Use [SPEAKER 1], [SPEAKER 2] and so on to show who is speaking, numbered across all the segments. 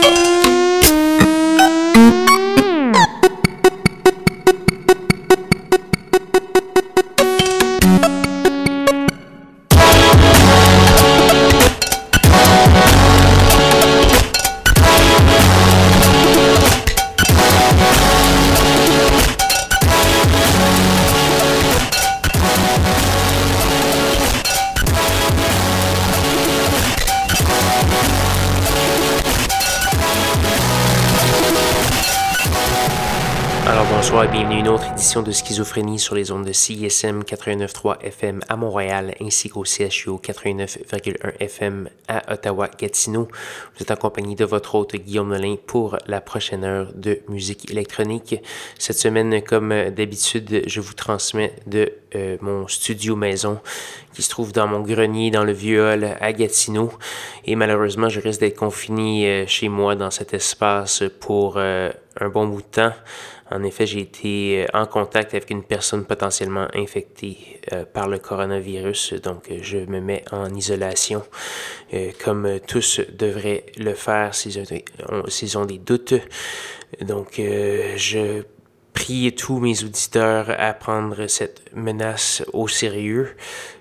[SPEAKER 1] Bonsoir et bienvenue à une autre édition de Schizophrénie sur les ondes de CISM 89.3 FM à Montréal ainsi qu'au CHUO 89.1 FM à Ottawa-Gatineau. Vous êtes en compagnie de votre hôte Guillaume Nolin pour la prochaine heure de musique électronique. Cette semaine, comme d'habitude, je vous transmets de mon studio maison qui se trouve dans mon grenier dans le vieux hall à Gatineau. Et malheureusement, je risque d'être confiné chez moi dans cet espace pour un bon bout de temps. En effet, j'ai été en contact avec une personne potentiellement infectée par le coronavirus, donc je me mets en isolation, comme tous devraient le faire s'ils ont des doutes. Donc, je prie tous mes auditeurs à prendre cette menace au sérieux.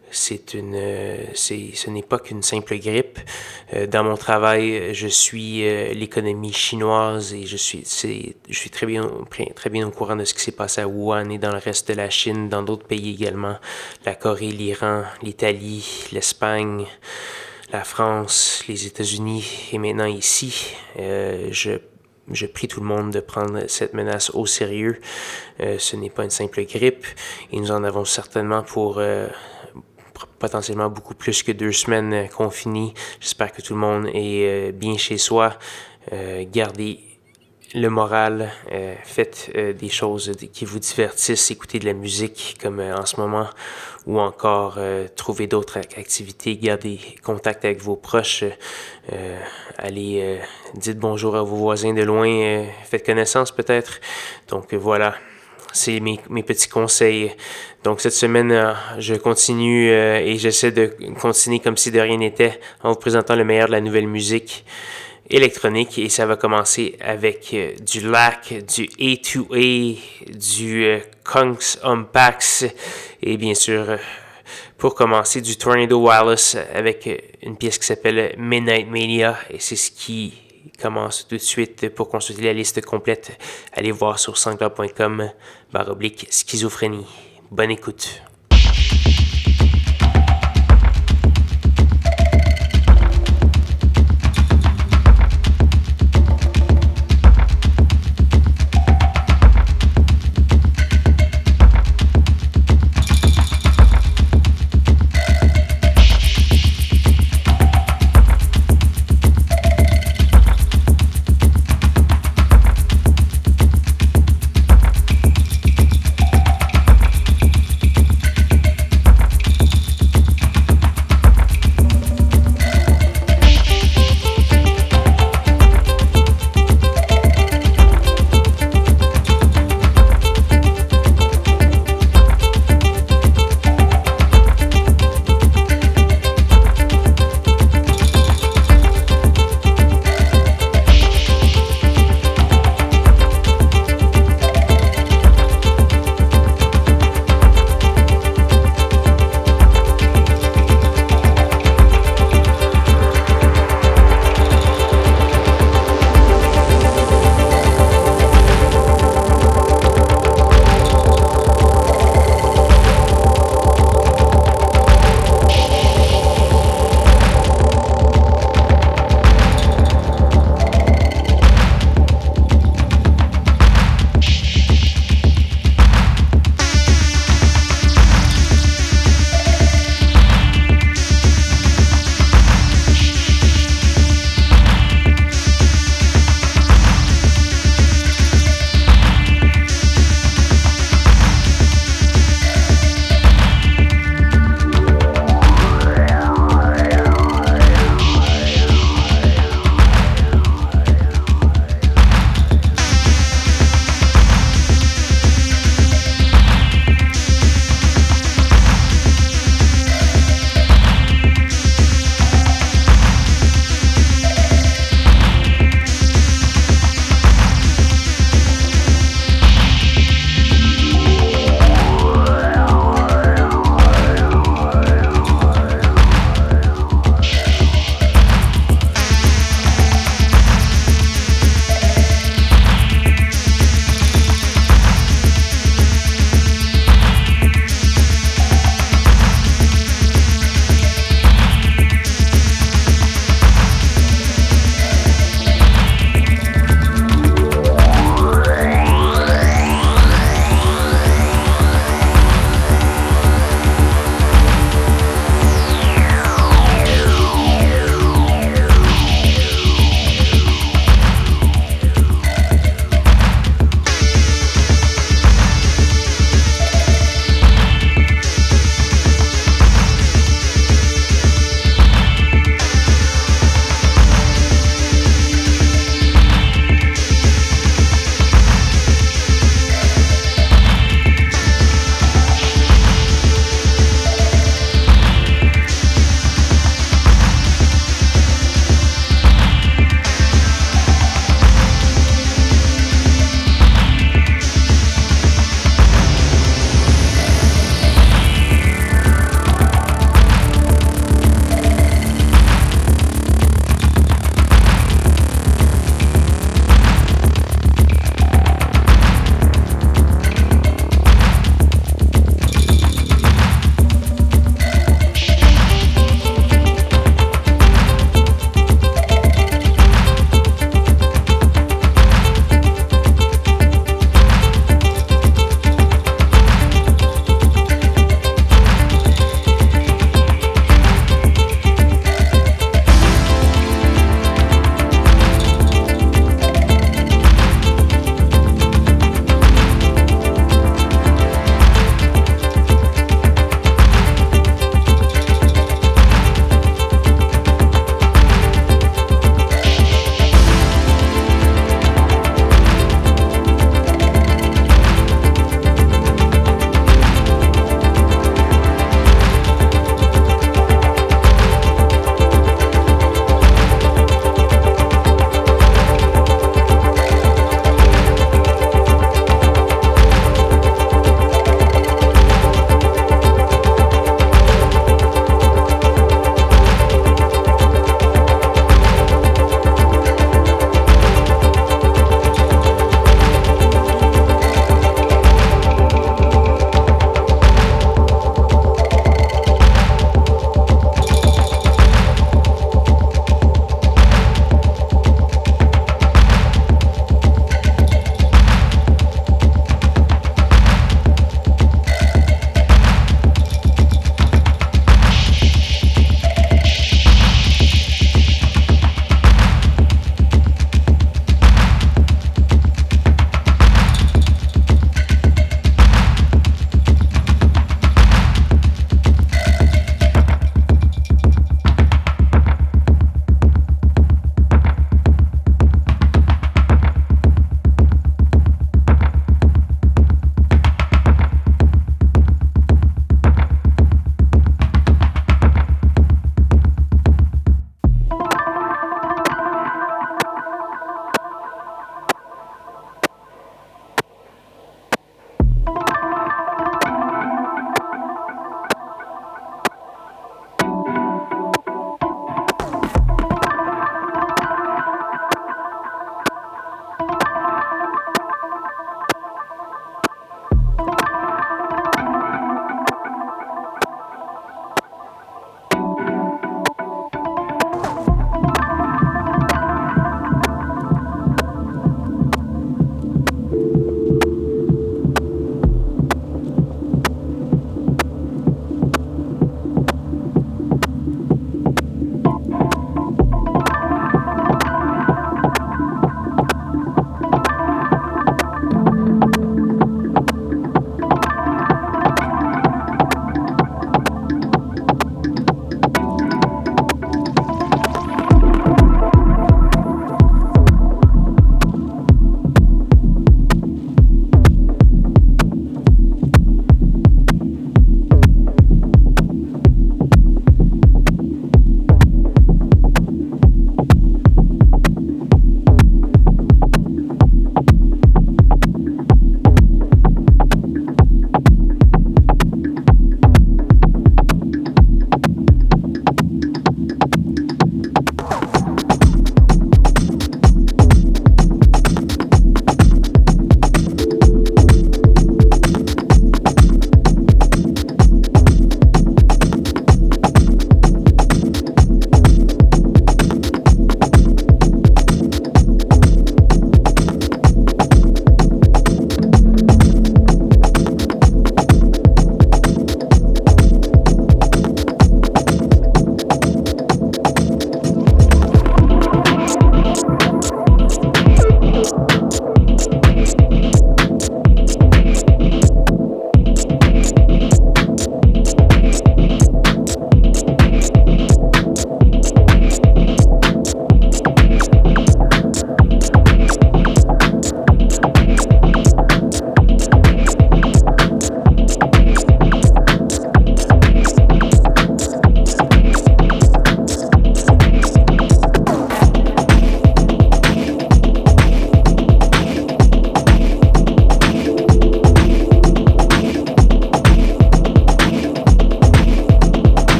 [SPEAKER 1] Ce n'est pas qu'une simple grippe. Dans mon travail, je suis l'économie chinoise et je suis très bien au courant de ce qui s'est passé à Wuhan et dans le reste de la Chine, dans d'autres pays également, la Corée, l'Iran, l'Italie, l'Espagne, la France, les États-Unis et maintenant ici. Je prie tout le monde de prendre cette menace au sérieux. Ce n'est pas une simple grippe et nous en avons certainement pour potentiellement beaucoup plus que 2 semaines confinés. J'espère que tout le monde est bien chez soi. Gardez le moral, faites des choses qui vous divertissent, écoutez de la musique comme en ce moment ou encore trouvez d'autres activités, gardez contact avec vos proches, allez, dites bonjour à vos voisins de loin, faites connaissance peut-être. Donc voilà. C'est mes petits conseils. Donc cette semaine, je continue et j'essaie de continuer comme si de rien n'était en vous présentant le meilleur de la nouvelle musique électronique. Et ça va commencer avec du LAC, du A2A, du Kunks Unpax et bien sûr, pour commencer, du Tornado Wireless avec une pièce qui s'appelle Midnight Mania et c'est ce qui commence tout de suite. Pour consulter la liste complète, allez voir sur soundcloud.com/schizophrénie. Bonne écoute.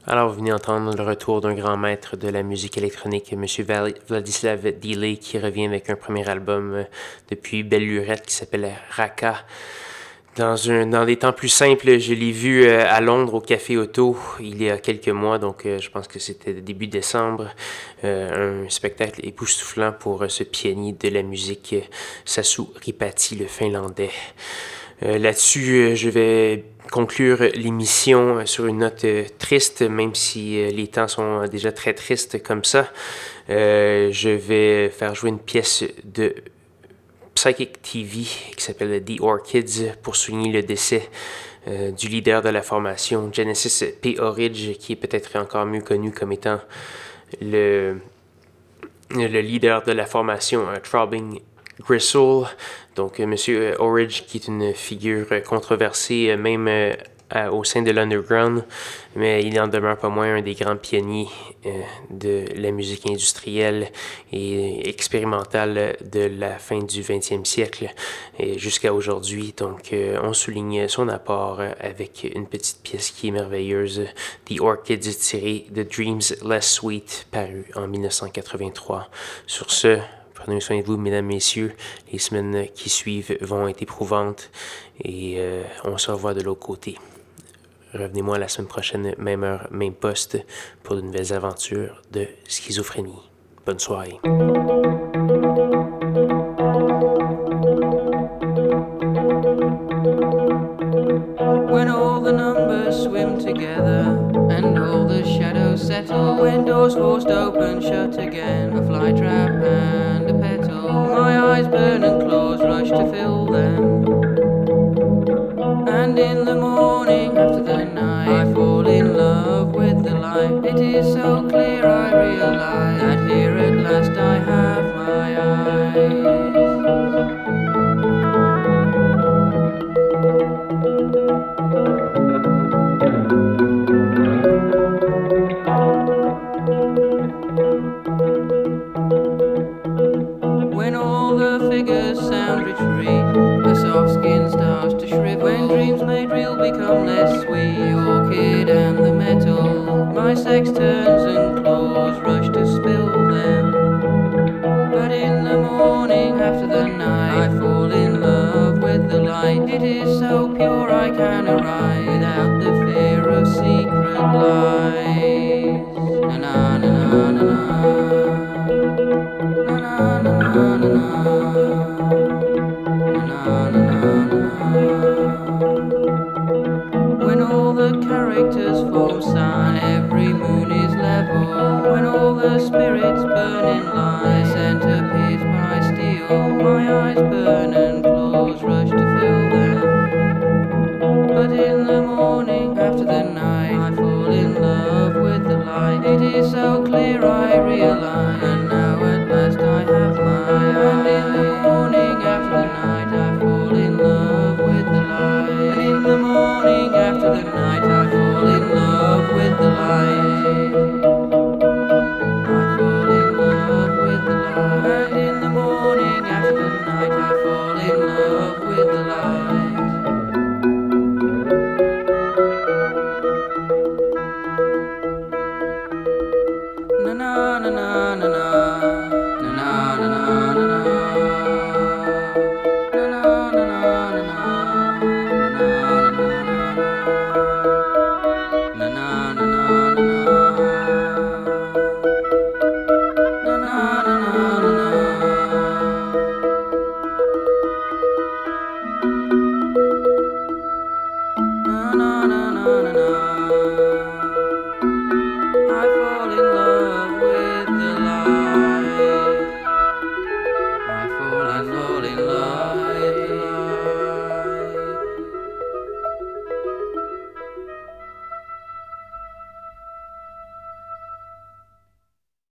[SPEAKER 1] Alors, vous venez entendre le retour d'un grand maître de la musique électronique, M. Vladislav Delay, qui revient avec un premier album depuis belle lurette qui s'appelle Raka. Dans des temps plus simples, je l'ai vu à Londres au Café Auto il y a quelques mois, donc je pense que c'était début décembre. Un spectacle époustouflant pour ce pionnier de la musique, Sasu Ripati, le Finlandais. Là-dessus, je vais conclure l'émission sur une note triste, même si les temps sont déjà très tristes comme ça. Je vais faire jouer une pièce de Psychic TV qui s'appelle The Orchids pour souligner le décès du leader de la formation, Genesis P. Orridge, qui est peut-être encore mieux connu comme étant le leader de la formation Throbbing Gristle. Donc, M. Orridge, qui est une figure controversée, même au sein de l'underground, mais il n'en demeure pas moins un des grands pionniers de la musique industrielle et expérimentale de la fin du 20e siècle et jusqu'à aujourd'hui. Donc, on souligne son apport avec une petite pièce qui est merveilleuse, The Orchids, tirée de Dreams Less Sweet, paru en 1983. Sur ce, prenez soin de vous, mesdames, messieurs. Les semaines qui suivent vont être éprouvantes et on se revoit de l'autre côté. Revenez-moi la semaine prochaine, même heure, même poste, pour de nouvelles aventures de schizophrénie. Bonne soirée.
[SPEAKER 2] When all the numbers swim together and all the shadows settle, when doors forced open, shut again, a fly trap and a petal, my eyes burn and claws rush to fill them. And in the morning after the night, I fall in love with the light. It is so clear I realize that here at last I have my eyes. When all the figures sound retreat, the soft skin starts to shrivel. When dreams made real become less sweet, the orchid and the metal, my sex turns and claws rush to spill them. But in the morning after the night, I fall in love with the light. It is so pure I can arrive without the fear of secret lies. Na na na na na na na na na na. When all the characters form sun, every moon is level. When all the spirits burn in line, the center pierced by steel, my eyes burn and claws rush to fill them. But in the morning after the night, I fall in love with the light. It is so clear I realize, and now at last I have my eyes. And in the morning after the night, I fall in love with the light. And in the morning after the night, I fall in love with the light. I fall in love with the light. And in the morning after the night, I fall in love with the light. Na na na na na na na na na na na. Na na na na na.